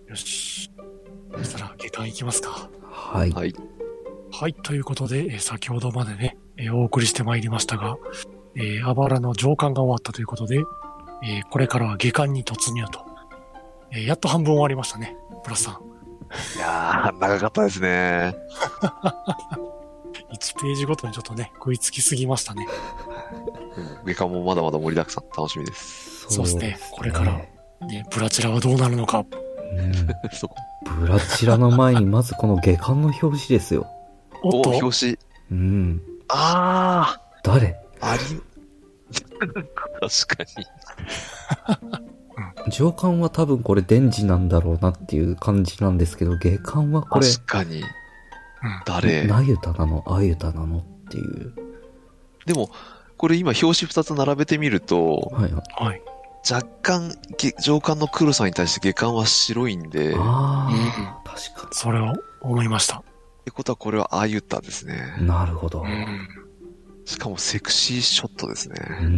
よし。そしたら、下巻いきますか。 はい。 はい。 はい、ということで、先ほどまでね、お送りしてまいりましたが、あばらの上巻が終わったということで、これからは下巻に突入と。やっと半分終わりましたね、プラスさん。 いやー、長かったですね。 1ページごとにちょっとね、食いつきすぎましたね。 下巻もまだまだ盛りだくさん、楽しみです。 そうですね。これから、ね、ブラチラはどうなるのか。 そこ。 ブラチラの前にまずこの下巻の表紙ですよ。 おっと、 表紙。 あー。誰あり、確かに。上巻は多分これデンジなんだろうなっていう感じなんですけど、下巻はこれ。 確かに。誰？ なゆたなのあゆたなのっていう。 でも、これ今表紙2つ並べてみると、 はい。 若干、上巻の黒さに対して下巻は白いんで。 確かに。 それを思いました。 ってことはこれはあゆたですね。 なるほど。 しかもセクシーショットですね。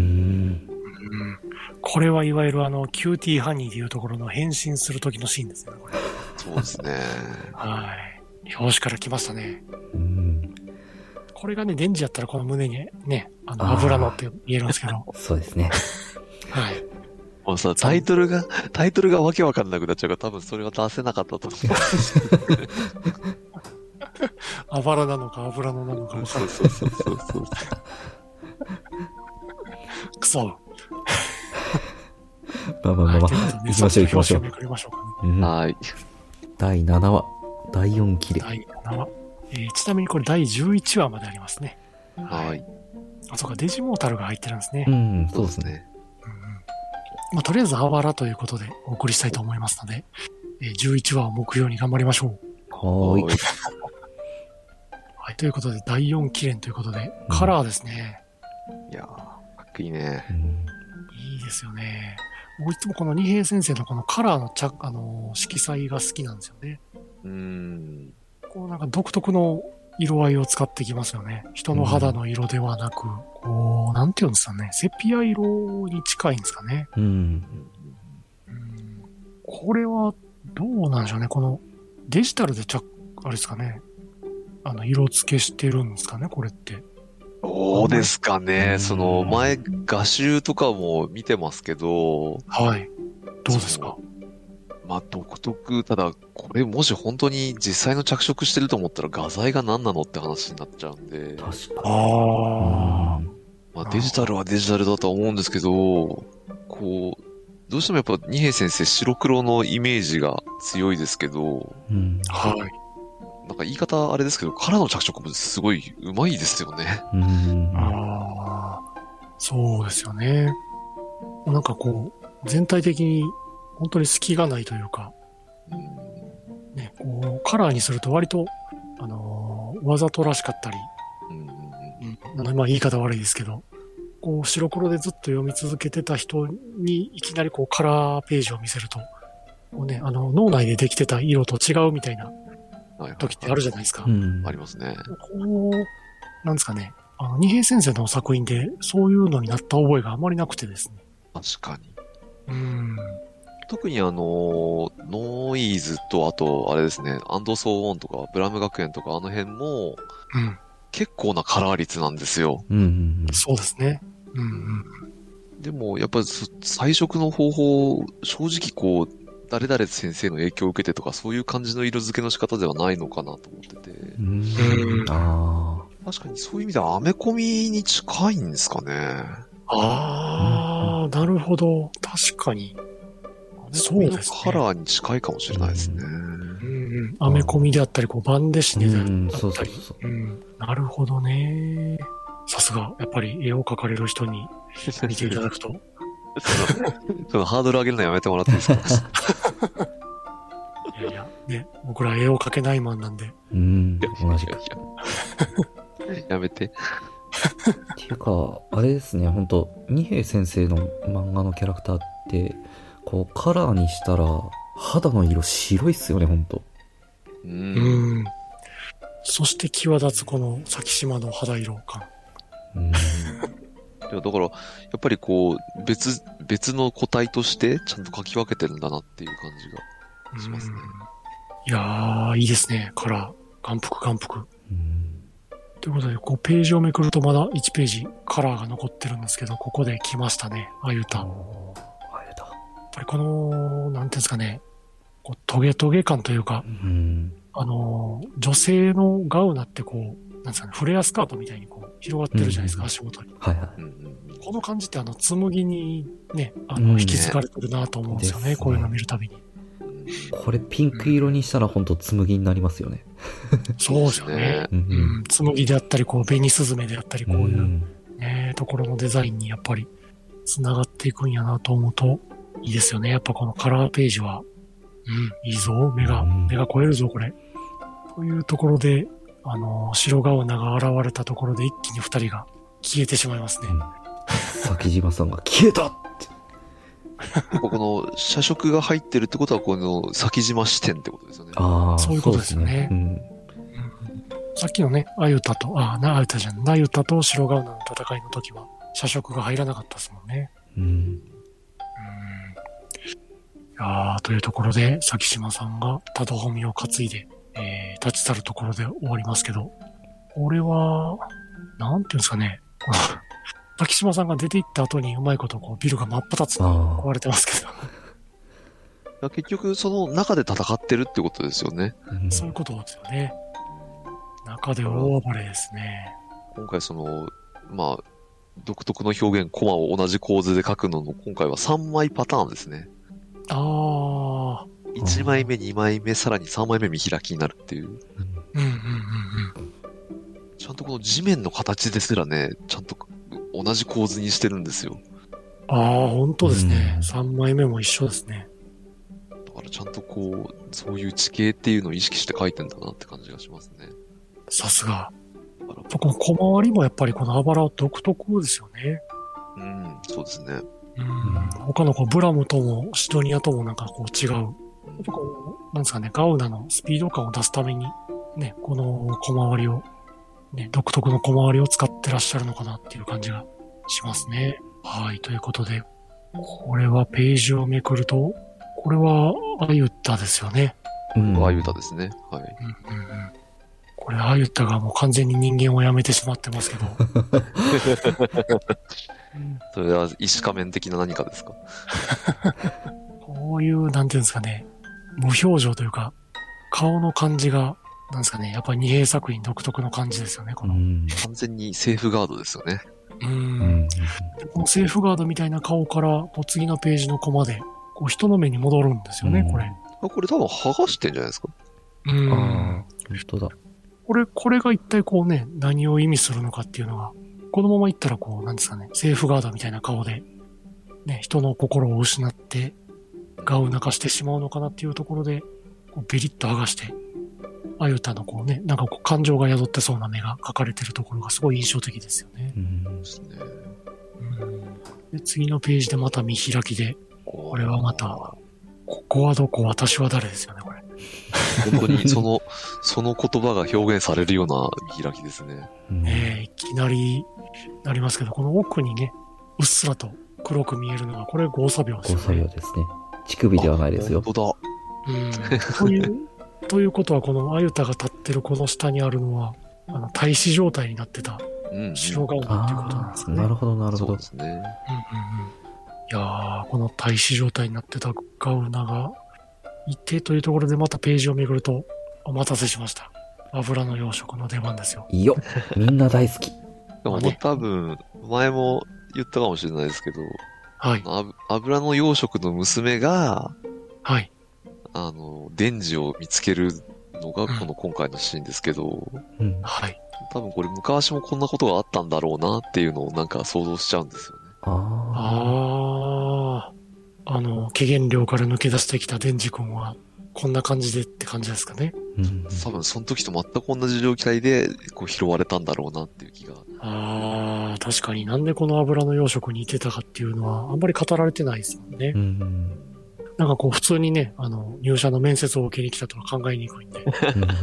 これはいわゆるキューティーハニーでいうところの変身する時のシーンですね、これ。 そうですね。 はい。表紙から来ましたね。これがね、デンジやったらこの胸にね、油のって言えるんですけど。 そうですね。 はい。 もうさ、タイトルがわけわかんなくなっちゃうから多分それは出せなかったと思う。 あばらなのか油のなのか分からない。 そう。 くそ。 まあ。行きましょう。 表紙をめくりましょうかね。 はい。 第7話、第4期で。 第7話。ちなみにこれ第11話までありますね。 はい。 あ、そうか、デジモータルが入ってるんですね。 そうですね。 まあ、とりあえずあばらということでお送りしたいと思いますので、11話を目標に頑張りましょう。 はい。 はい、ということで、第4期連ということで、カラーですね。 いやー、かっこいいね。 いいですよね。僕いつもこの二平先生のこのカラーの色彩が好きなんですよね。こうなんか独特の色合いを使ってきますよね。人の肌の色ではなく、こう、なんていうんですかね。セピア色に近いんですかね。これはどうなんでしょうね。このデジタルであれですかね。色付けしてるんですかね、これって。 どうですかね。前、画集とかも見てますけど。 はい。どうですか？ まあ、独特。ただ、これもし本当に実際の着色してると思ったら画材が何なのって話になっちゃうんで。 確かに。まあ、デジタルはデジタルだとは思うんですけど、こう、どうしてもやっぱ二平先生白黒のイメージが強いですけど、 はい。 なんか言い方あれですけど、カラーの着色もすごい上手いですよね。 そうですよね。なんかこう、全体的に本当に隙がないというか、ね、こう、カラーにすると割と、わざとらしかったり、まあ言い方悪いですけど、こう、白黒でずっと読み続けてた人にいきなりこう、カラーページを見せると、こうね、脳内でできてた色と違うみたいな時ってあるじゃないですか。 ありますね。 こう、なんですかね。二平先生の作品でそういうのになった覚えがあまりなくてですね。 確かに。特にノイズと、あと、あれですね、アンドソーオンとか、ブラム学園とか、あの辺も、結構なカラー率なんですよ。 そうですね。 でも、やっぱり彩色の方法、正直こう、誰々先生の影響を受けてとか、そういう感じの色付けの仕方ではないのかなと思ってて。確かにそういう意味ではアメコミに近いんですかね。 なるほど。確かに。そうですね。 カラーに近いかもしれないですね。 アメコミであったり、こう、バンデシネであったり。なるほどね。さすが、やっぱり絵を描かれる人に見ていただくと。 そのハードル上げるのやめてもらっていいですか？ いや、ね、僕ら絵を描けないマンなんで。 同じく。 やめて。 っていうか、あれですね、本当二平先生の漫画のキャラクターって、こう、カラーにしたら、肌の色白いっすよね、本当そして際立つこの先島の肌色感。 だから、やっぱりこう、別の個体として、ちゃんと描き分けてるんだなっていう感じが。 しますね。 いやー、いいですね。カラー。眼福眼福。 うんということで、こうページをめくるとまだ1ページカラーが残ってるんですけど、ここで来ましたね。あゆた。やっあれだ。 ぱりこの、なんていうんですかね、こうトゲトゲ感というか、 うん女性のガウナってこう、なんですかね、フレアスカートみたいにこう、広がってるじゃないですか、足元に。 はいはい。 うんうんこの感じって紬にね、 うん引き継がれてるなと思うんですよね、 ですねこういうの見るたびに。 これピンク色にしたらほんと紬になりますよね。 そうですよね。 ううんん、紬であったり、こう、紅スズメであったり、こういう、 んね、ところのデザインにやっぱり繋がっていくんやなと思うと、いいですよね。やっぱこのカラーページは、いいぞ、目が超えるぞ、これ。というところで、白ガウナが現れたところで一気に二人が消えてしまいますね。 崎島さんが消えたって。 この社食が入ってるってことは、この先島支店ってことですよね。 ああ、 そういうことですよねさっきのね、ナユタと白ガウナの戦いの時は、社食が入らなかったですもんね。いやーというところで、崎島さんがタドホミを担いで、立ち去るところで終わりますけど、これは、なんていうんですかね、崎島さんが出て行った後にうまいことこうビルが真っ二つに壊れてますけど。 結局、その中で戦ってるってことですよね。 そういうことですよね。中で大暴れですね。 今回独特の表現、コマを同じ構図で書くのの、今回は3枚パターンですね。1枚目、2枚目、さらに3枚目見開きになるっていう。ちゃんとこの地面の形ですらね、ちゃんと同じ構図にしてるんですよ。 本当ですね。3枚目も一緒ですね。 だからちゃんとこう、そういう地形っていうのを意識して書いてんだなって感じがしますね。 さすが。この小回りもやっぱりこのあばら独特ですよね。 そうですね。 他のブラムともシドニアともなんかこう違う。なんですかね、ガウナのスピード感を出すために、ね、この小回りを、ね、独特の小回りを使ってらっしゃるのかなっていう感じがしますね。はい、ということで、これはページをめくると、これはアユッタですよね。 アユタですね。はい。 これアユッタがもう完全に人間をやめてしまってますけど。 それは石仮面的な何かですか？ こういう、なんていうんですかね、無表情というか、顔の感じが、なんですかね、やっぱり二平作品独特の感じですよね、この。 完全にセーフガードですよね。 このセーフガードみたいな顔から、こう次のページのコマで、こう人の目に戻るんですよね、これ。 これ多分剥がしてんじゃないですか？ 本当だ。 これが一体こうね、何を意味するのかっていうのが、このままいったらこう、なんですかね、セーフガードみたいな顔で、ね、人の心を失って、ガウナ化してしまうのかなっていうところで、こうベリッと剥がして、アユタのこうね、なんかこう感情が宿ってそうな目が描かれてるところがすごい印象的ですよね。で次のページでまた見開きで、これはまた、ここはどこ、私は誰ですよね、これ。 本当にその言葉が表現されるような見開きですね。 いきなりなりますけど、この奥にね、うっすらと黒く見えるのが、これゴーサ病ですよね。 ゴーサ病ですね。乳首ではないですよ。 本当だ。ということは、このアユタが立ってるこの下にあるのは、停止状態になってた白ガウナっていうことなんですかね。 なるほど、なるほど。 そうですね。 いやー、この停止状態になってたガウナがいてというところでまたページをめぐると、お待たせしました。油の養殖の出番ですよ。 いいよ。みんな大好き。 でも多分、前も言ったかもしれないですけど、 はい。 油の養殖の娘が、 はい。 デンジを見つけるのが今回のシーンですけど、 はい。 多分これ昔もこんなことがあったんだろうなっていうのをなんか想像しちゃうんですよね。 軽減量から抜け出してきたデンジ君は、こんな感じでって感じですかね。 多分その時と全く同じ状態でこう拾われたんだろうなっていう気が。 確かになんでこの油の養殖にいてたかっていうのはあんまり語られてないですもんね。なんかこう普通にね、入社の面接を受けに来たとは考えにくいんで。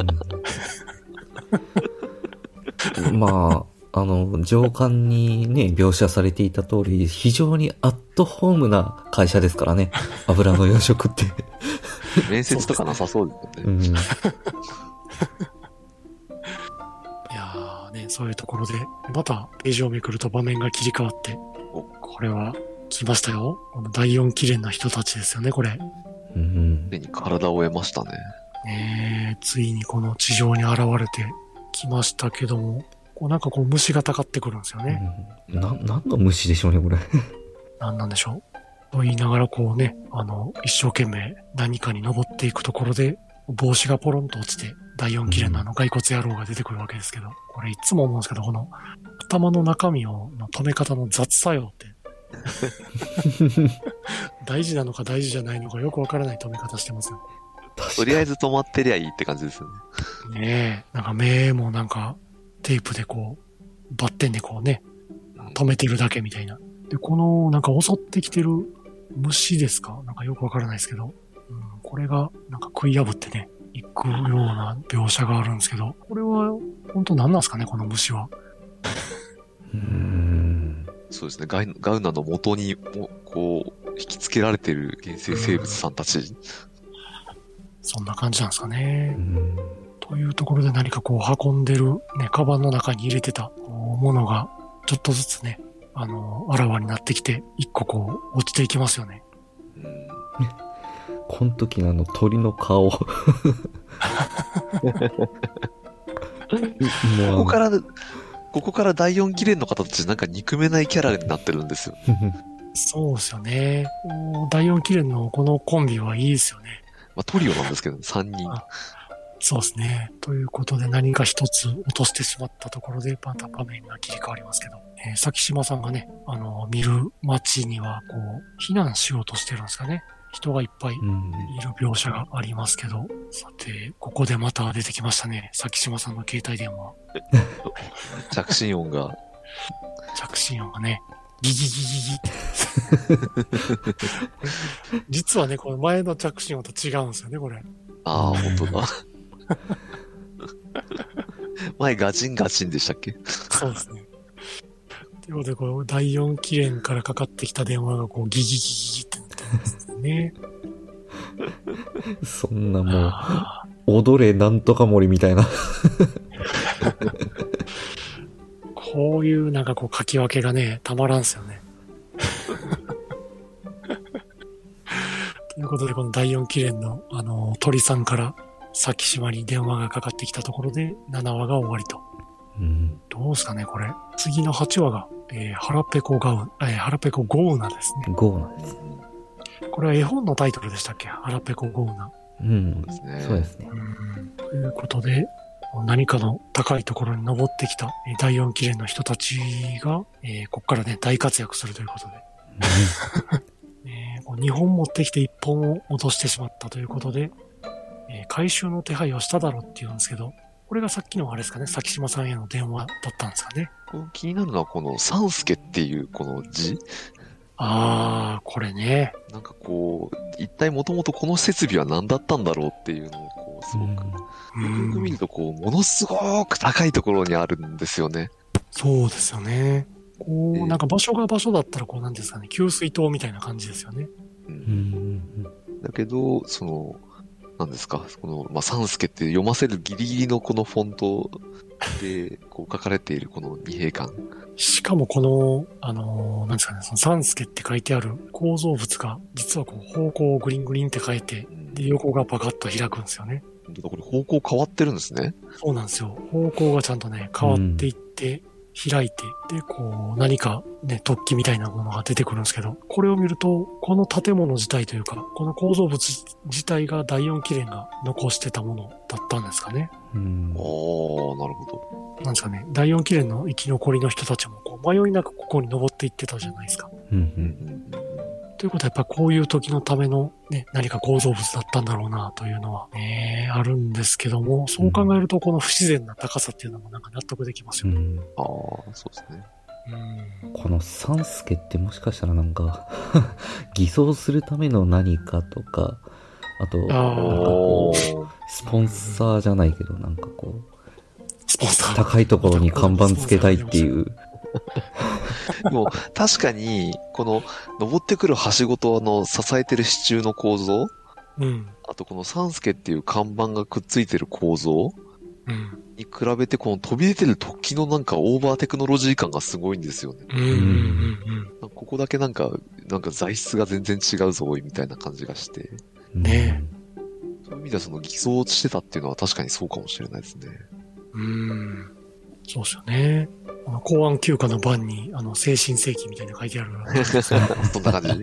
まあ、上巻にね、描写されていた通り、非常にアットホームな会社ですからね。油の養殖って。 面接とかなさそうですよね。 うん。 いやーね、そういうところで、またページをめくると場面が切り替わって、これは来ましたよ。この第4期連の人たちですよね、これ。 うん。 手に体を得ましたね。 ついにこの地上に現れてきましたけども、こうなんかこう虫がたかってくるんですよね。 何の虫でしょうね、これ。 なんなんでしょう。と言いながらこうね、一生懸命何かに登っていくところで、帽子がポロンと落ちて、第4期連の骸骨野郎が出てくるわけですけど、これいつも思うんですけど、この頭の中身の止め方の雑作用って、大事なのか大事じゃないのかよくわからない止め方してますよ。 とりあえず止まってりゃいいって感じですよね。 ねえ、なんか目もなんかテープでこう、バッテンでこうね、止めてるだけみたいな。で、このなんか襲ってきてる虫ですかなんかよくわからないですけど、これがなんか食い破ってね、行くような描写があるんですけど、これは本当何なんですかね、この虫は。 そうですね。ガウナの元にも、こう、引き付けられてる原生生物さんたち。 そんな感じなんですかね。というところで何かこう運んでるね、カバンの中に入れてたものが、ちょっとずつね、あらわになってきて、一個こう、落ちていきますよね。 この時の鳥の顔。 ここから第4期連の方たちなんか憎めないキャラになってるんですよ。 そうですよね。第4期連のこのコンビはいいですよね。 まあトリオなんですけど、3人。 そうですね。ということで何か一つ落としてしまったところでまた場面が切り替わりますけど、崎島さんがね、見る街にはこう、避難しようとしてるんですかね。人がいっぱいいる描写がありますけど、さて、ここでまた出てきましたね。崎島さんの携帯電話。 着信音が。 着信音がね、ギギギギギって。実はね、この前の着信音と違うんですよね、これ。 ああ、本当だ。前ガチンガチンでしたっけ？ そうですね。ということで、こう、第4期連からかかってきた電話がこう、ギギギギギってなってるんですよね。 そんなもう、踊れなんとか森みたいな。 こういうなんかこう書き分けがね、たまらんすよね。ということで、この第4期連の、鳥さんから先島に電話がかかってきたところで、7話が終わりと。どうすかね、これ。次の8話が、腹ペコゴウナですね。 ゴウナです。 これは絵本のタイトルでしたっけ？腹ペコゴウナ。 そうですね。 ということで、何かの高いところに登ってきた第4期連の人たちが、ここからね、大活躍するということで。2本持ってきて1本を落としてしまったということで、回収の手配をしただろうって言うんですけど、これがさっきのあれですかね、崎島さんへの電話だったんですかね。 気になるのはこのサンスケっていうこの字。 これね。 なんかこう、一体もともとこの設備は何だったんだろうっていうのをこう、すごく、よく見るとこう、ものすごく高いところにあるんですよね。 そうですよね。こう、なんか場所が場所だったらこう、なんですかね、給水塔みたいな感じですよね。 だけど、なんですか、サンスケって読ませるギリギリのこのフォントで、こう書かれているこの二平館。 しかもこの、なんですかね、そのサンスケって書いてある構造物が、実はこう方向をグリングリンって変えて、で、横がパカッと開くんですよね。 本当だ、これ方向変わってるんですね。 そうなんですよ。方向がちゃんとね、変わっていって、開いて、で、こう、何かね、突起みたいなものが出てくるんですけど、これを見ると、この建物自体というか、この構造物自体が第4期連が残してたものだったんですかね。 なるほど。 なんですかね、第4期連の生き残りの人たちも、こう迷いなくここに登っていってたじゃないですか。ということはやっぱこういう時のためのね、何か構造物だったんだろうなというのは、あるんですけども、そう考えるとこの不自然な高さっていうのもなんか納得できますよね。 そうですね。 このサンスケってもしかしたらなんか偽装するための何かとか、あと、なんかこう、スポンサーじゃないけど、なんかこう、 スポンサー高いところに看板つけたいっていう。 でも確かに、この登ってくるはしごと支えてる支柱の構造うん。 あとこのサンスケっていう看板がくっついてる構造うん。 に比べて、この飛び出てる突起のなんかオーバーテクノロジー感がすごいんですよね。 うん。うん。 ここだけなんか材質が全然違うぞ、みたいな感じがして。 ねそういう意味ではその偽装してたっていうのは確かにそうかもしれないですね。 そうですよね。公安休暇の番に、精神世紀みたいなの書いてある。 そんな感じ。はい。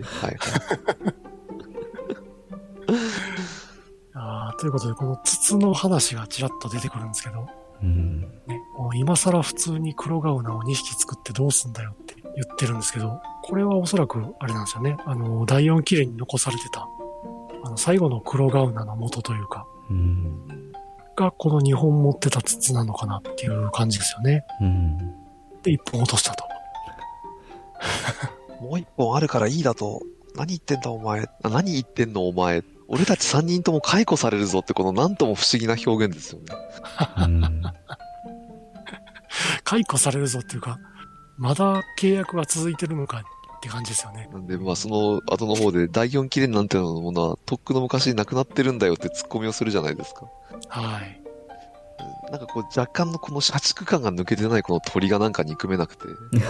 ということで、この筒の話がちらっと出てくるんですけど、ね、もう今更普通に黒ガウナを2匹作ってどうすんだよって言ってるんですけど、これはおそらくあれなんですよね。第4切れに残されてた、最後の黒ガウナの元というか、がこの2本持ってた筒なのかなっていう感じですよね。で、1本落としたと。 もう1本あるからいいだと。何言ってんだお前。何言ってんのお前。俺たち3人とも解雇されるぞってこのなんとも不思議な表現ですよね。 解雇されるぞっていうか、まだ契約が続いてるのかって感じですよね。 なんで、その後の方で第4記念なんてのものはとっくの昔になくなってるんだよってツッコミをするじゃないですか。 はい。 なんかこう若干のこの社畜感が抜けてないこの鳥がなんか憎めなくて。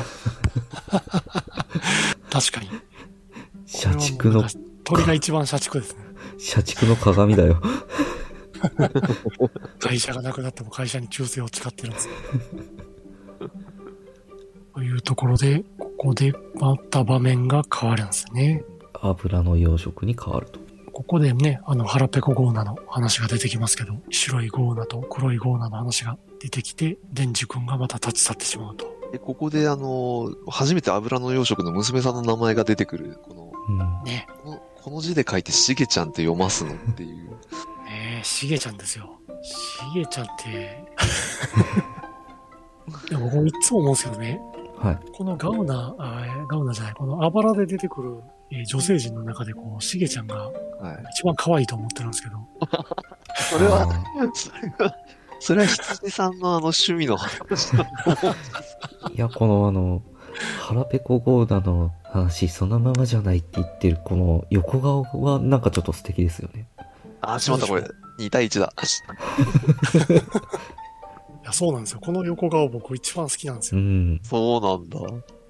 確かに。 社畜の。 鳥が一番社畜ですね。 社畜の鏡だよ。 会社がなくなっても会社に忠誠を誓ってるんですよ。というところで、ここでまた場面が変わるんですね。 油の養殖に変わると。 ここでね、腹ペコゴーナの話が出てきますけど、白いゴーナと黒いゴーナの話が出てきて、デンジ君がまた立ち去ってしまうと。 で、ここで初めて油の養殖の娘さんの名前が出てくる、 ね。 この字で書いてしげちゃんって読ますのっていう。 しげちゃんですよ。しげちゃんって、でも僕いつも思うんですけどね。 はい。 このガウナじゃない、このあばらで出てくる、女性陣の中でしげちゃんが一番可愛いと思ってるんですけど。 それは羊さんの趣味の話だと思うんです。 いや、この腹ペコゴーナの話そのままじゃないって言ってるこの横顔はなんかちょっと素敵ですよね。 しまった、これ。2対1だ。 いや、そうなんですよ。この横顔僕一番好きなんですよ。 そうなんだ。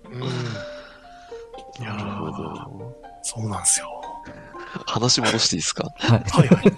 いやー、そうなんですよ。 話戻していいですか？ はい。 はいはい。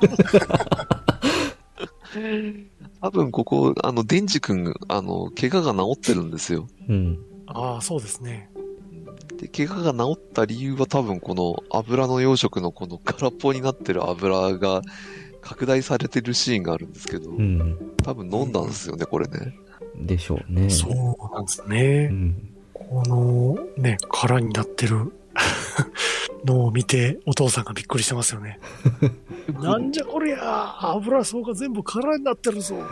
多分ここ、デンジ君、怪我が治ってるんですよ。 そうですね。 で、怪我が治った理由は多分この油の養殖のこの空っぽになってる油が拡大されてるシーンがあるんですけど、多分飲んだんですよね、これね。 でしょうね。 そうなんですね。このね、空になってるのを見てお父さんがびっくりしてますよね。なんじゃこりゃ、油層が全部空になってるぞって。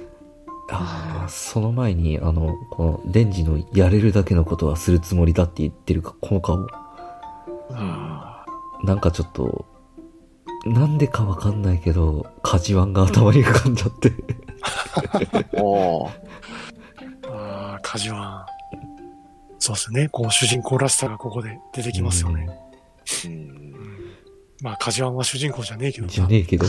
その前に、この、デンジのやれるだけのことはするつもりだって言ってるか、この顔。なんかちょっと、なんでかわかんないけど、カジワンが頭に浮かんじゃって。 カジワン。そうですね。主人公らしさがここで出てきますよね。カジワンは主人公じゃねえけど。 じゃねえけど。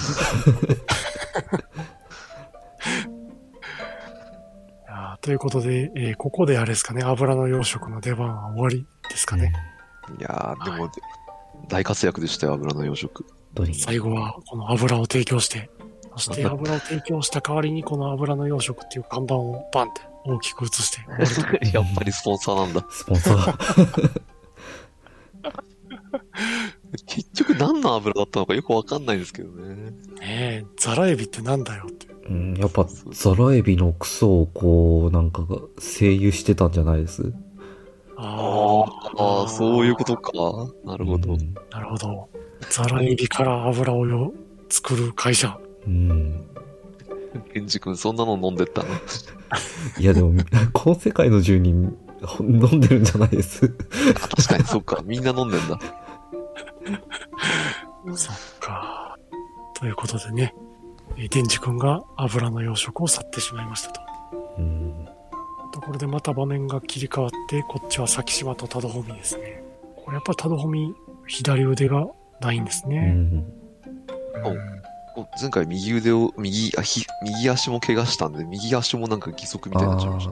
ということで、ここであれですかね、油の養殖の出番は終わりですかね。 いやー、でも、大活躍でしたよ、油の養殖。 最後は、この油を提供して、そして油を提供した代わりに、この油の養殖っていう看板をバンって大きく映して。 やっぱりスポンサーなんだ。 スポンサー。 結局何の油だったのかよくわかんないんですけどね。 ザラエビってなんだよって。 やっぱザラエビのクソをなんか精油してたんじゃないです？ そういうことか。なるほど。 なるほど。ザラエビから油を作る会社。 ケンジ君そんなの飲んでったの？ いやでも、この世界の住人飲んでるんじゃないです。 確かにそっか。みんな飲んでんだ。 そっか。ということでね、デンジ君が油の養殖を去ってしまいましたと。ところでまた場面が切り替わって、こっちは先島とタドホミですね。これやっぱタドホミ、左腕がないんですうね。 ん。 前回右腕を、右足も怪我したんで、右足もなんか義足みたいになっちゃいましたね。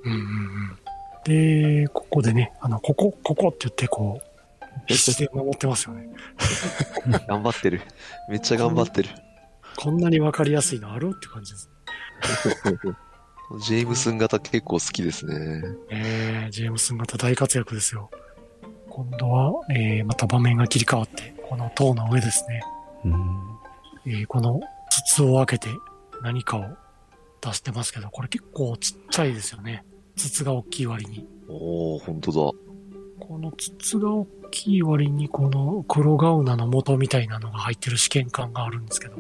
で、ここでね、ここって言ってこう、必死で守ってますよね。 頑張ってる。めっちゃ頑張ってる。 こんなにわかりやすいのあるって感じです。 ジェームスン型結構好きですね。 ジェームスン型大活躍ですよ。今度は、また場面が切り替わって、この塔の上ですね。この筒を開けて何かを出してますけど、これ結構ちっちゃいですよね。筒が大きい割に。 おー、ほんとだ。 この筒が大きい割に、この黒ガウナの元みたいなのが入ってる試験管があるんですけど。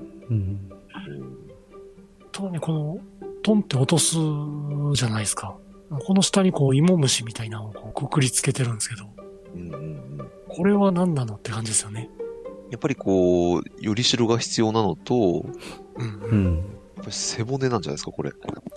ただね、この、トンって落とすじゃないですか。この下にこう、芋虫みたいなのをこうくくりつけてるんですけど。これは何なのって感じですよね。 やっぱりこう、よりしろが必要なのと、やっぱり背骨なんじゃないですか、これ。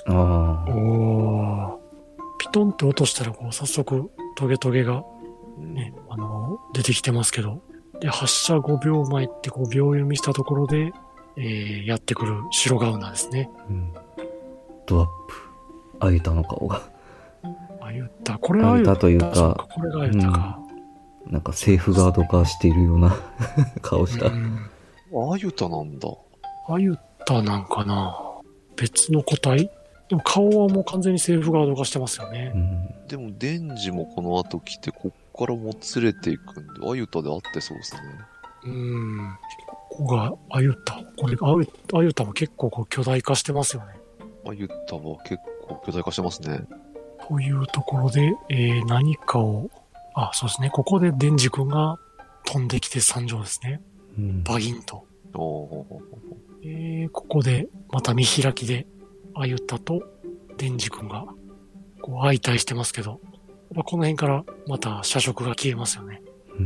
ピトンって落としたら、こう、早速、トゲトゲが、ね、出てきてますけど。で、発射5秒前ってこう、秒読みしたところで、やってくる白ガウナですね。 ドアップ。あゆたの顔が。 あゆた。これあゆたというか、 これがあゆたか。 なんかセーフガード化しているような顔した。 あゆたなんだ。 あゆたなんかな。別の個体でも顔はもう完全にセーフガード化してますよね。 でもデンジもこの後来て、こっからもつれていくんで、あゆたで合ってそうですね。ここがあゆた。これあゆたも結構こう巨大化してますよね。 あゆたは結構巨大化してますね。 というところで、何かを、そうですね。ここでデンジ君が飛んできて参上ですね。バギンと。ここでまた見開きで、あゆたとデンジ君がこう相対してますけど、この辺からまた社食が消えますよね。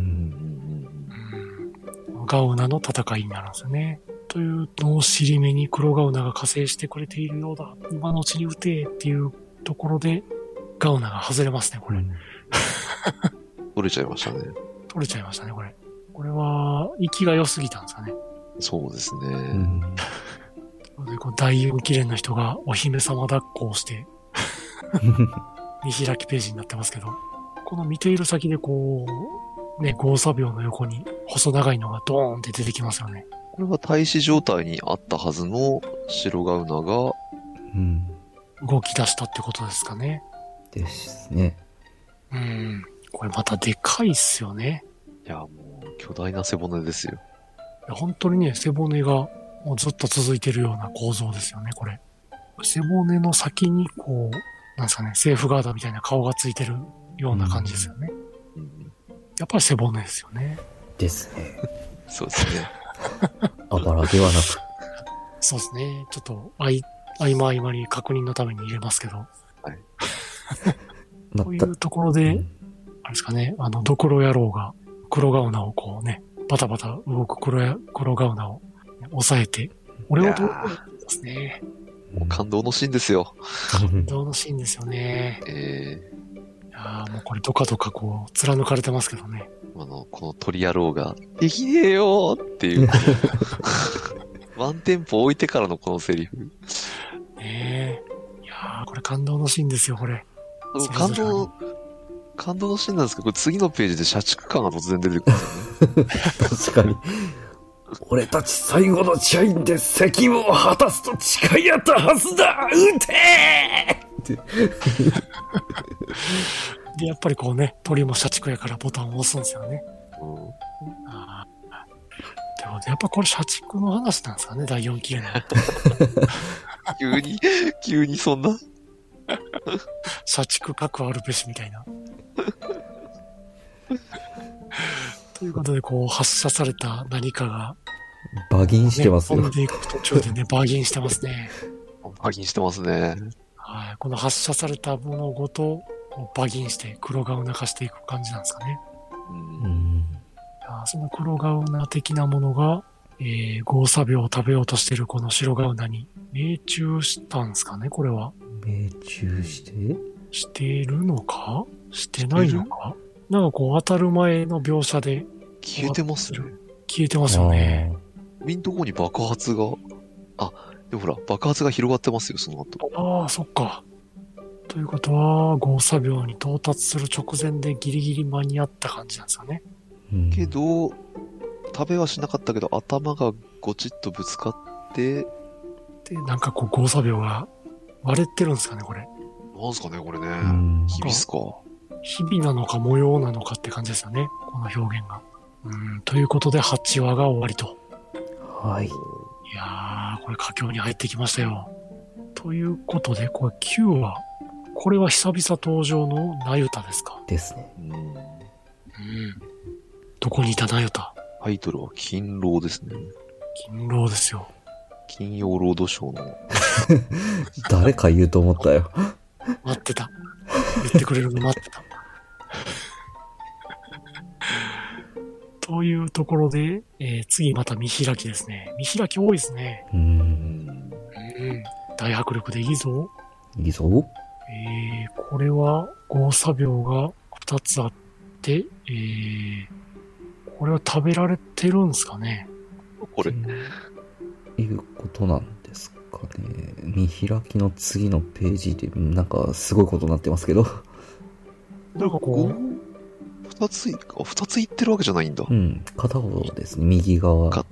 ガウナの戦いになるんですよね。というのを尻目に黒ガウナが加勢してくれているようだ。今のうちに撃てっていうところで、ガウナが外れますね、これ。 取れちゃいましたね。 取れちゃいましたね、これ。これは、息が良すぎたんですかね。 そうですね。 でこう第4記念の人がお姫様抱っこをして、見開きページになってますけど、この見ている先でこう、ね、ゴーサ秒の横に細長いのがドーンって出てきますよね。 これは停止状態にあったはずの白ガウナが、 動き出したってことですかね。 ですね。 これまたでかいっすよね。 いや、もう巨大な背骨ですよ。 いや本当にね、背骨がもうずっと続いてるような構造ですよね、これ。背骨の先にこう、なんですかね、セーフガードみたいな顔がついてるような感じですよね。やっぱり背骨ですよね。 ですね。 そうですね。 あばらではなく。 そうですね。ちょっと合間合間に確認のために入れますけど。はい。というところで、あれですかね、ドクロ野郎が黒ガウナをこうね、バタバタ動く黒ガウナを抑えて、俺をどうですね。 もう感動のシーンですよ。 感動のシーンですよね。いやもうこれドカドカこう貫かれてますけどね。 この鳥野郎が、できねえよーっていう、ワンテンポ置いてからのこのセリフ。 ねえ。いやこれ感動のシーンですよ、これ。 感動のシーンなんですけど、これ次のページで社畜感が突然出てくるんですよね。確かに。俺たち最後の社員で責務を果たすと誓い合ったはずだ撃てーで、やっぱりこうね、鳥も社畜やからボタンを押すんですよね。ということで、やっぱこれ社畜の話なんですかね、第4期の。 急にそんな社畜核あるべしみたいな。ということで、こう、発射された何かが、 バギンしてますよ。 飛んでいく途中でね、バギンしてますね。 バギンしてますね。 はい。この発射されたものごと、バギンして黒ガウナ化していく感じなんですかね。その黒ガウナ的なものが、ゴーサビを食べようとしているこの白ガウナに命中したんですかね、これは。 命中してるのかしてないのかなんかこう当たる前の描写で。 消えてますね。 消えてますよね。 首のとこに爆発が、でもほら、爆発が広がってますよ、その後。 ああ、そっか。ということは、ゴーサ病に到達する直前でギリギリ間に合った感じなんですかね。 けど、食べはしなかったけど、頭がゴチッとぶつかって、 で、なんかこう、ゴーサ病が割れてるんですかね、これ。 なんすかね、これね。ひびっすか。 日々なのか模様なのかって感じですよね、この表現が。ということで8話が終わりと。 はい。 いやー、これ佳境に入ってきましたよ。ということで、これ9話。これは久々登場のナユタですか？ ですね。 どこにいたナユタ？ タイトルは勤労ですね。 勤労ですよ。 金曜ロードショーの。 誰か言うと思ったよ。 待ってた。言ってくれるの待ってた。というところで、次また見開きですね。見開き多いですね。大迫力でいいぞ。 いいぞ。 これは、ゴーサ病が2つあって、これは食べられてるんですかね。 これ。 いうことなんですかね。見開きの次のページで、なんかすごいことになってますけど。 なんかこう、 二ついってるわけじゃないんだ。 片方ですね、右側。 こ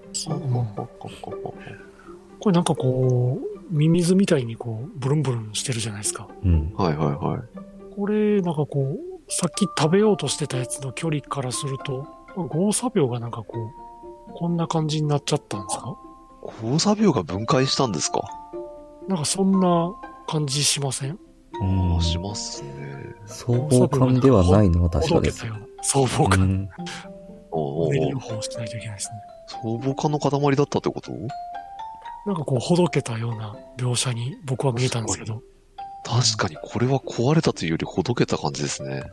れなんかこう、ミミズみたいにこう、ブルンブルンしてるじゃないですか。 はいはいはい。 これ、なんかこう、さっき食べようとしてたやつの距離からすると、ゴーサ病がなんかこう、こんな感じになっちゃったんですか？ ゴーサ病が分解したんですか？ なんかそんな感じしません？ しますね。 僧帽感ではないのは確かです。 僧帽感。両方しないといけないですね。 僧帽感の塊だったってこと？ なんかこう、ほどけたような描写に僕は見えたんですけど。 確かにこれは壊れたというよりほどけた感じですね。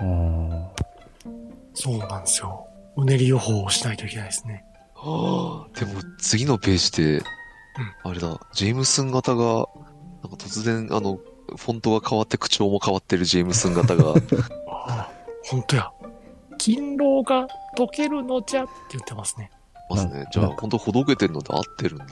そうなんですよ。うねり予報をしないといけないですね。 でも次のページで、あれだ、ジェームスン型が、なんか突然フォントが変わって口調も変わってるジェームスン型が。 ほんとや。勤労が溶けるのじゃって言ってますね。 ますね。じゃあほんとほどけてるので合ってるんだ。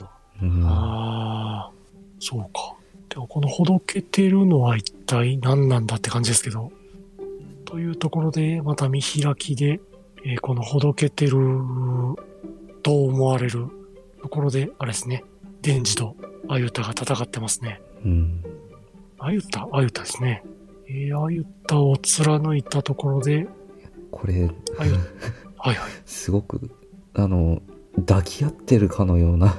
そうか。でもこのほどけてるのは一体何なんだって感じですけど。というところで、また見開きで、このほどけてると思われるところで、あれですね。デンジとアユタが戦ってますね。アユタですね。アユタを貫いたところで、 これ、 はい。 すごく、抱き合ってるかのような。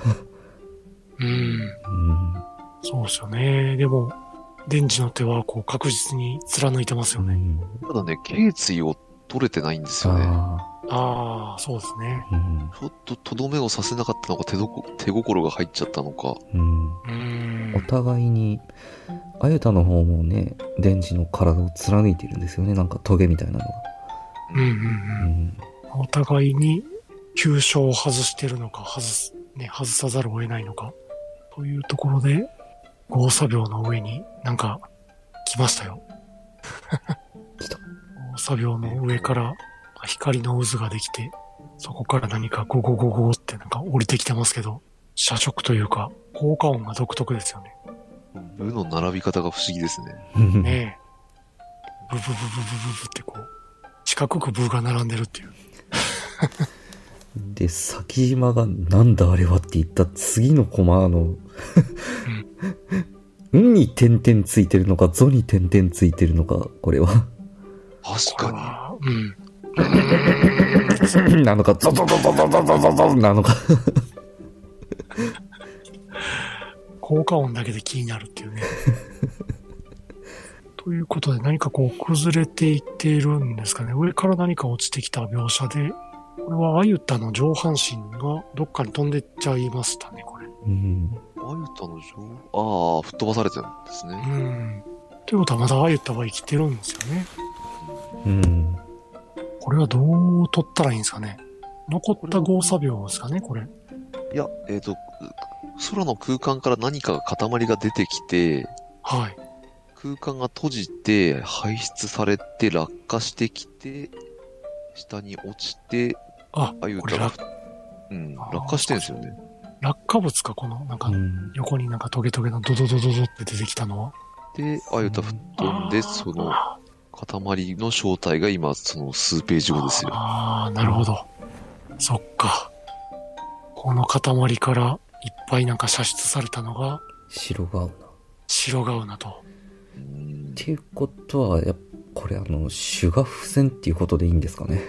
そうですよね。でも、デンジの手はこう確実に貫いてますよね。 ただね、頸椎を取れてないんですよね。 そうですね。 ちょっととどめをさせなかったのか、手心が入っちゃったのか。 お互いに、アユタの方もね、デンジの体を貫いてるんですよね。なんかトゲみたいなのが。 お互いに急所を外してるのか、外さざるを得ないのか。というところで、ゴーサ病の上になんか来ましたよ。ゴーサ病の上から光の渦ができて、そこから何かゴゴゴゴってなんか降りてきてますけど、射色というか効果音が独特ですよね。 ブの並び方が不思議ですね。 ねえ。ブブブブブブブってこう、四角くブが並んでるっていう。 で、先島がなんだあれはって言った次のコマんに点々ついてるのか、ゾに点々ついてるのか、これは。 確かに。なのか、ゾゾゾゾゾゾゾゾゾなのか。 効果音だけで気になるっていうね。ということで何かこう崩れていっているんですかね。上から何か落ちてきた描写で、これはアユタの上半身がどっかに飛んでっちゃいましたね、これ。 アユタの吹っ飛ばされてるんですね。 ということはまだアユタは生きてるんですよね。これはどう取ったらいいんですかね。残ったゴーサ病ですかね、これ。 いや、空の空間から何か塊が出てきて、空間が閉じて、排出されて、落下してきて、下に落ちて、 あ、 あゆこれたが、落下してんですよね。 落下物か、この、なんか、横になんかトゲトゲのドドドドドって出てきたのは。 で、あゆた吹っ飛んで、その塊の正体が今、その数ページ後ですよ。 ああ、なるほど。そっか。この塊からいっぱいなんか射出されたのが、 白ガウナ。 白ガウナと。 っていうことは、これシュガフ戦っていうことでいいんですかね。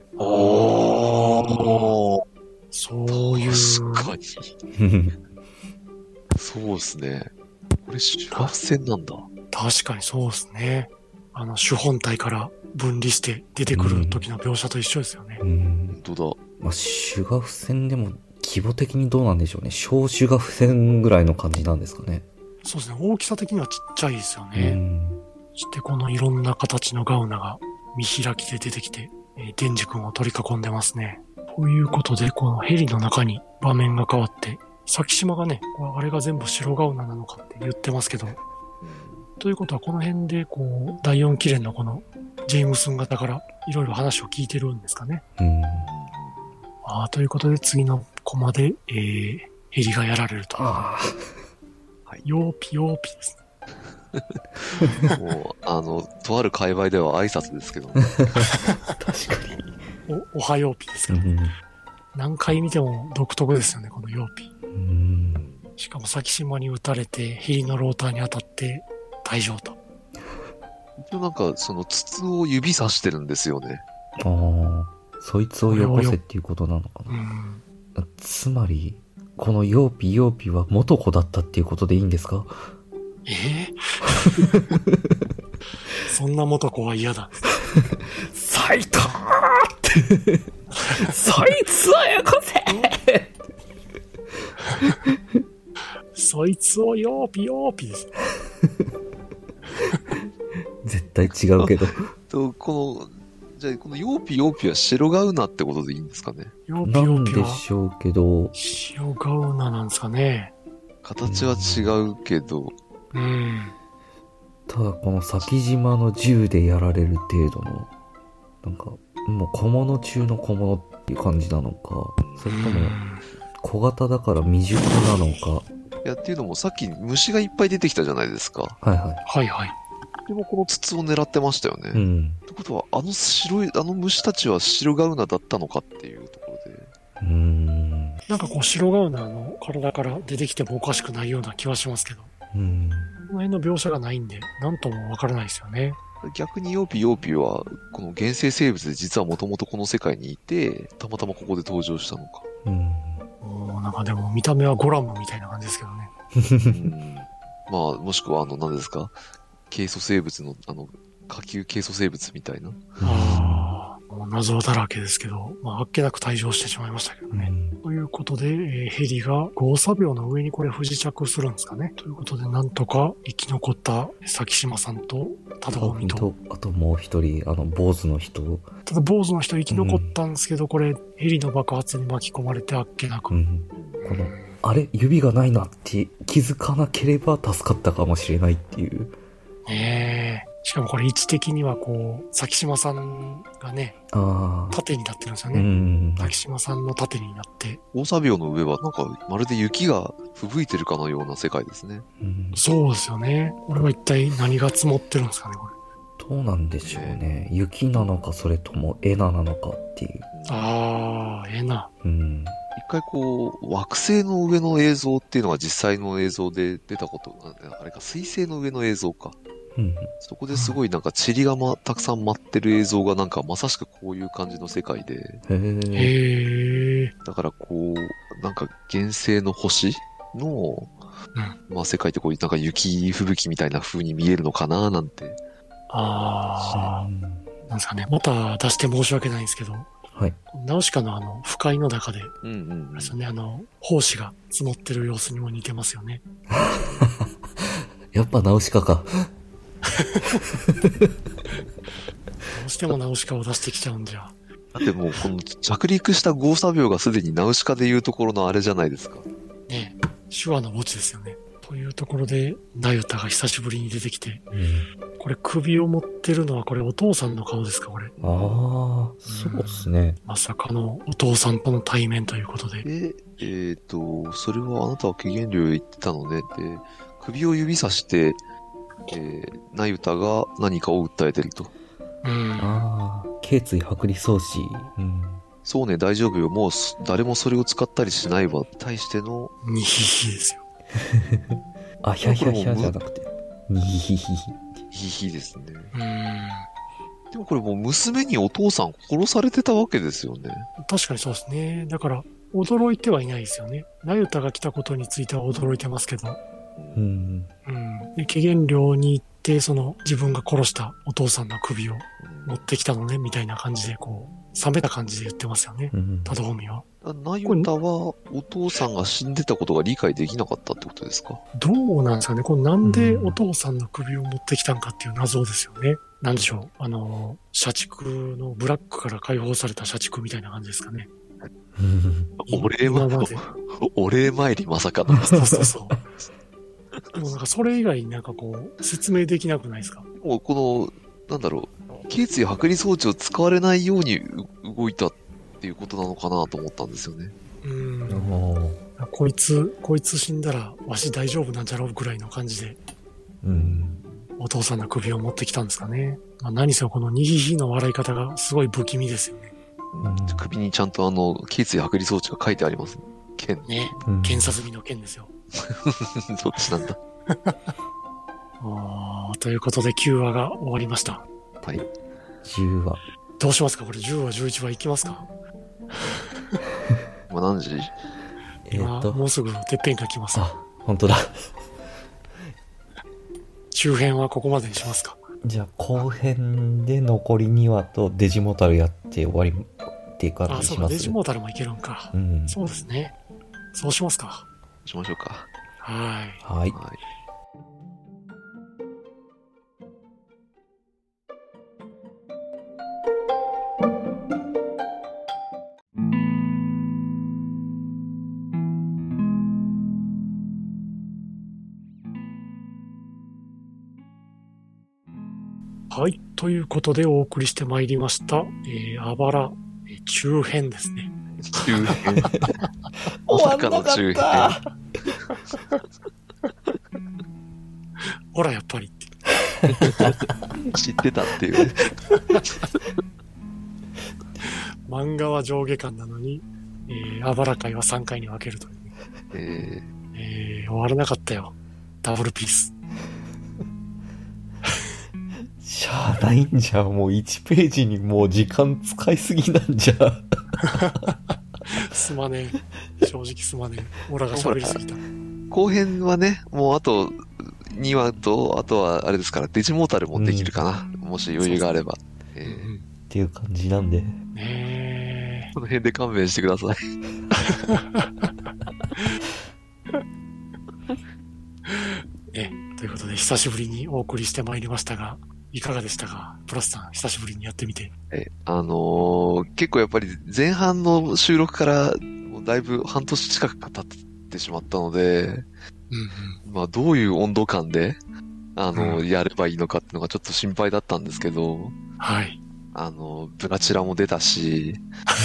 そういう。 確かに。そうですね。これシュガフ戦なんだ。 確かにそうですね。主本体から分離して出てくる時の描写と一緒ですよね。 本当だ。 まあ、シュガフ戦でも規模的にどうなんでしょうね。小シュガフ戦ぐらいの感じなんですかね。 そうですね。大きさ的にはちっちゃいですよね。そしてこのいろんな形のガウナが見開きで出てきて、デンジ君を取り囲んでますね。ということで、このヘリの中に場面が変わって、先島がね、あれが全部白ガウナなのかって言ってますけど、ということはこの辺でこう、第4記念のこのジェームスン型からいろいろ話を聞いてるんですかね。ということで次のコマで、ヘリがやられると。ヨーピヨーピですね。 もう、とある界隈では挨拶ですけど、ね。 確かに。おはようぴですけど、何回見ても独特ですよね、このヨーピ。しかも先島に撃たれて、ヘリのローターに当たって退場と。 一応なんか、その筒を指さしてるんですよね。 そいつをよこせっていうことなのかな。つまり、このヨーピヨーピは元子だったっていうことでいいんですか？ そんな元子は嫌だ。 サイトーってそいつをよこせそいつをヨーピヨーピです。 絶対違うけど。 じゃあこのヨーピヨーピは白ガウナってことでいいんですかね？ ヨーピヨーピはなんでしょうけど。 白ガウナなんですかね。 形は違うけど。 ただこの先島の銃でやられる程度の、なんか、もう小物中の小物っていう感じなのか、それとも小型だから未熟なのか。 いや、っていうのもさっき虫がいっぱい出てきたじゃないですか。 はいはい。 でもこの筒を狙ってましたよね。ってことは、虫たちは白ガウナだったのかっていうところで。 なんかこう白ガウナの体から出てきてもおかしくないような気はしますけど。この辺の描写がないんで、なんともわからないですよね。 逆にヨーピヨーピは、この原生生物で実はもともとこの世界にいて、たまたまここで登場したのか。 なんかでも見た目はゴラムみたいな感じですけどね。 まあ、もしくは何ですか？ケイ素生物の、下級ケイ素生物みたいな。 もう謎だらけですけど、あっけなく退場してしまいましたけどね。ということで、ヘリがゴーサ病の上にこれ不時着するんですかね。ということで、なんとか生き残った先島さんとタドゴミと。 あともう一人、坊主の人。 ただ坊主の人生き残ったんですけど、これ、ヘリの爆発に巻き込まれてあっけなく。 あれ指がないなって気づかなければ助かったかもしれないっていう。 しかもこれ位置的にはこう、先島さんがね、縦になってるんですよね。先島さんの縦になって。 ゴーサ病の上はなんかまるで雪が吹雪いてるかのような世界ですね。 そうですよね。これは一体何が積もってるんですかね、これ。 どうなんでしょうね。雪なのかそれともエナなのかっていう。 エナ。 一回こう、惑星の上の映像っていうのが実際の映像で出たこと、あれか、水星の上の映像か。そこですごいなんか塵がたくさん舞ってる映像がなんかまさしくこういう感じの世界で。だからこう、なんか原生の星の、世界ってこういうなんか雪吹雪みたいな風に見えるのかななんて。 なんですかね。また出して申し訳ないんですけど。ナウシカの腐海の中で、胞子が積もってる様子にも似てますよね。 やっぱナウシカか。 どうしてもナウシカを出してきちゃうんじゃ。 だってもうこの着陸したゴーサ病がすでにナウシカでいうところのあれじゃないですか。 ねえ、手話の墓地ですよね。というところで、ナユタが久しぶりに出てきて、 これ首を持ってるのはこれお父さんの顔ですか、これ。 ああ、そうですね。 まさかのお父さんとの対面ということで。 それはあなたは軽減量へ言ってたのね。で、首を指さして、なゆたが何かを訴えてると。 ああ、頸椎剥離装置。 そうね、大丈夫よ。もう誰もそれを使ったりしないわ。対しての。 にひひですよ。 あ、ひゃひゃひゃじゃなくて。にひひひ。 ひひですね。でもこれもう娘にお父さん殺されてたわけですよね。 確かにそうですね。だから、驚いてはいないですよね。なゆたが来たことについては驚いてますけど。で、軽減量に行って、自分が殺したお父さんの首を持ってきたのね、みたいな感じで、冷めた感じで言ってますよね。ただ本は。 なゆたは、お父さんが死んでたことが理解できなかったってことですか？ どうなんですかね。なんでお父さんの首を持ってきたんかっていう謎ですよね。なんでしょう。社畜のブラックから解放された社畜みたいな感じですかね。 お礼参りまさかの。 そうそうそう。でもそれ以外に説明できなくないですか？ もう頸椎剥離装置を使われないように動いたっていうことなのかなと思ったんですよね。 こいつ死んだらわし大丈夫なんじゃろうぐらいの感じで、お父さんの首を持ってきたんですかね。何せこのにひひの笑い方がすごい不気味ですよね。 首にちゃんと頸椎剥離装置が書いてあります。剣。 ね。検査済みの剣ですよ。 どっちなんだ。 ということで9話が終わりました。 はい。 10話。 どうしますかこれ10話、11話いきますか？ 今何時？ もうすぐてっぺんが来ます。 あ、本当だ。 中編はここまでにしますか？ じゃあ後編で残り2話とデジモータルやって終わりっていう感じにします。 そうか、デジモータルもいけるんか。そうですね。そうしますか。 しましょうか。 はい。 はい。 はい。ということでお送りしてまいりました。あばら、中編ですね。 中編。 まさかの中編。 ほら、やっぱりって。 知ってたっていう。 漫画は上下巻なのに、あばら回は3回に分けるという。終わらなかったよ。ダブルピース。 しゃあないんじゃ、もう1ページにもう時間使いすぎなんじゃ。 すまねえ。正直すまねえ。オラが喋りすぎた。 後編はね、もうあと2話と、あとはあれですから、デジモータルもできるかな。もし余裕があれば。 っていう感じなんで。 この辺で勘弁してください。 ということで、久しぶりにお送りしてまいりましたが、いかがでしたか？プラスさん、久しぶりにやってみて。 結構やっぱり前半の収録からだいぶ半年近く経ってしまったので、どういう温度感で、やればいいのかっていうのがちょっと心配だったんですけど、 はい。 ブラチラも出たし、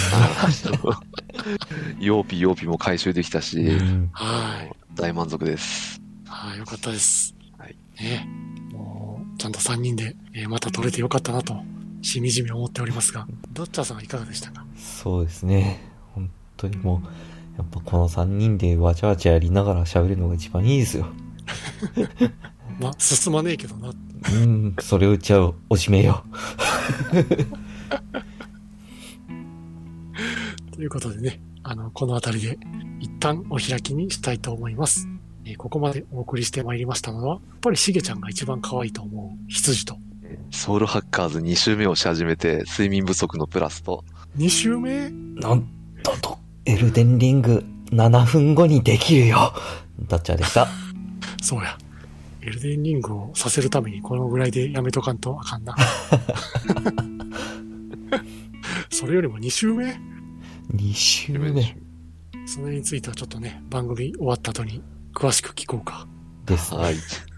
曜日も回収できたし、大満足です。 よかったです。 はい。 もう、ちゃんと3人で、また撮れてよかったなと、しみじみ思っておりますが、ドッチャーさんはいかがでしたか？ そうですね。本当にもう、やっぱこの3人でわちゃわちゃやりながら喋るのが一番いいですよ。 進まねえけどな。 それをじゃあ、おしめよ。 ということでね、この辺りで一旦お開きにしたいと思います。ここまでお送りしてまいりましたのは、やっぱりしげちゃんが一番可愛いと思う羊と。 ソウルハッカーズ2週目をし始めて、睡眠不足のプラスと。 2週目？ なんと、エルデンリング7分後にできるよ。ダッチャーでした。 そうや。エルデンリングをさせるためにこのぐらいでやめとかんとあかんな。それよりも2週目？ 2 週目。 それについてはちょっとね、番組終わった後に詳しく聞こうか。 です。 はい。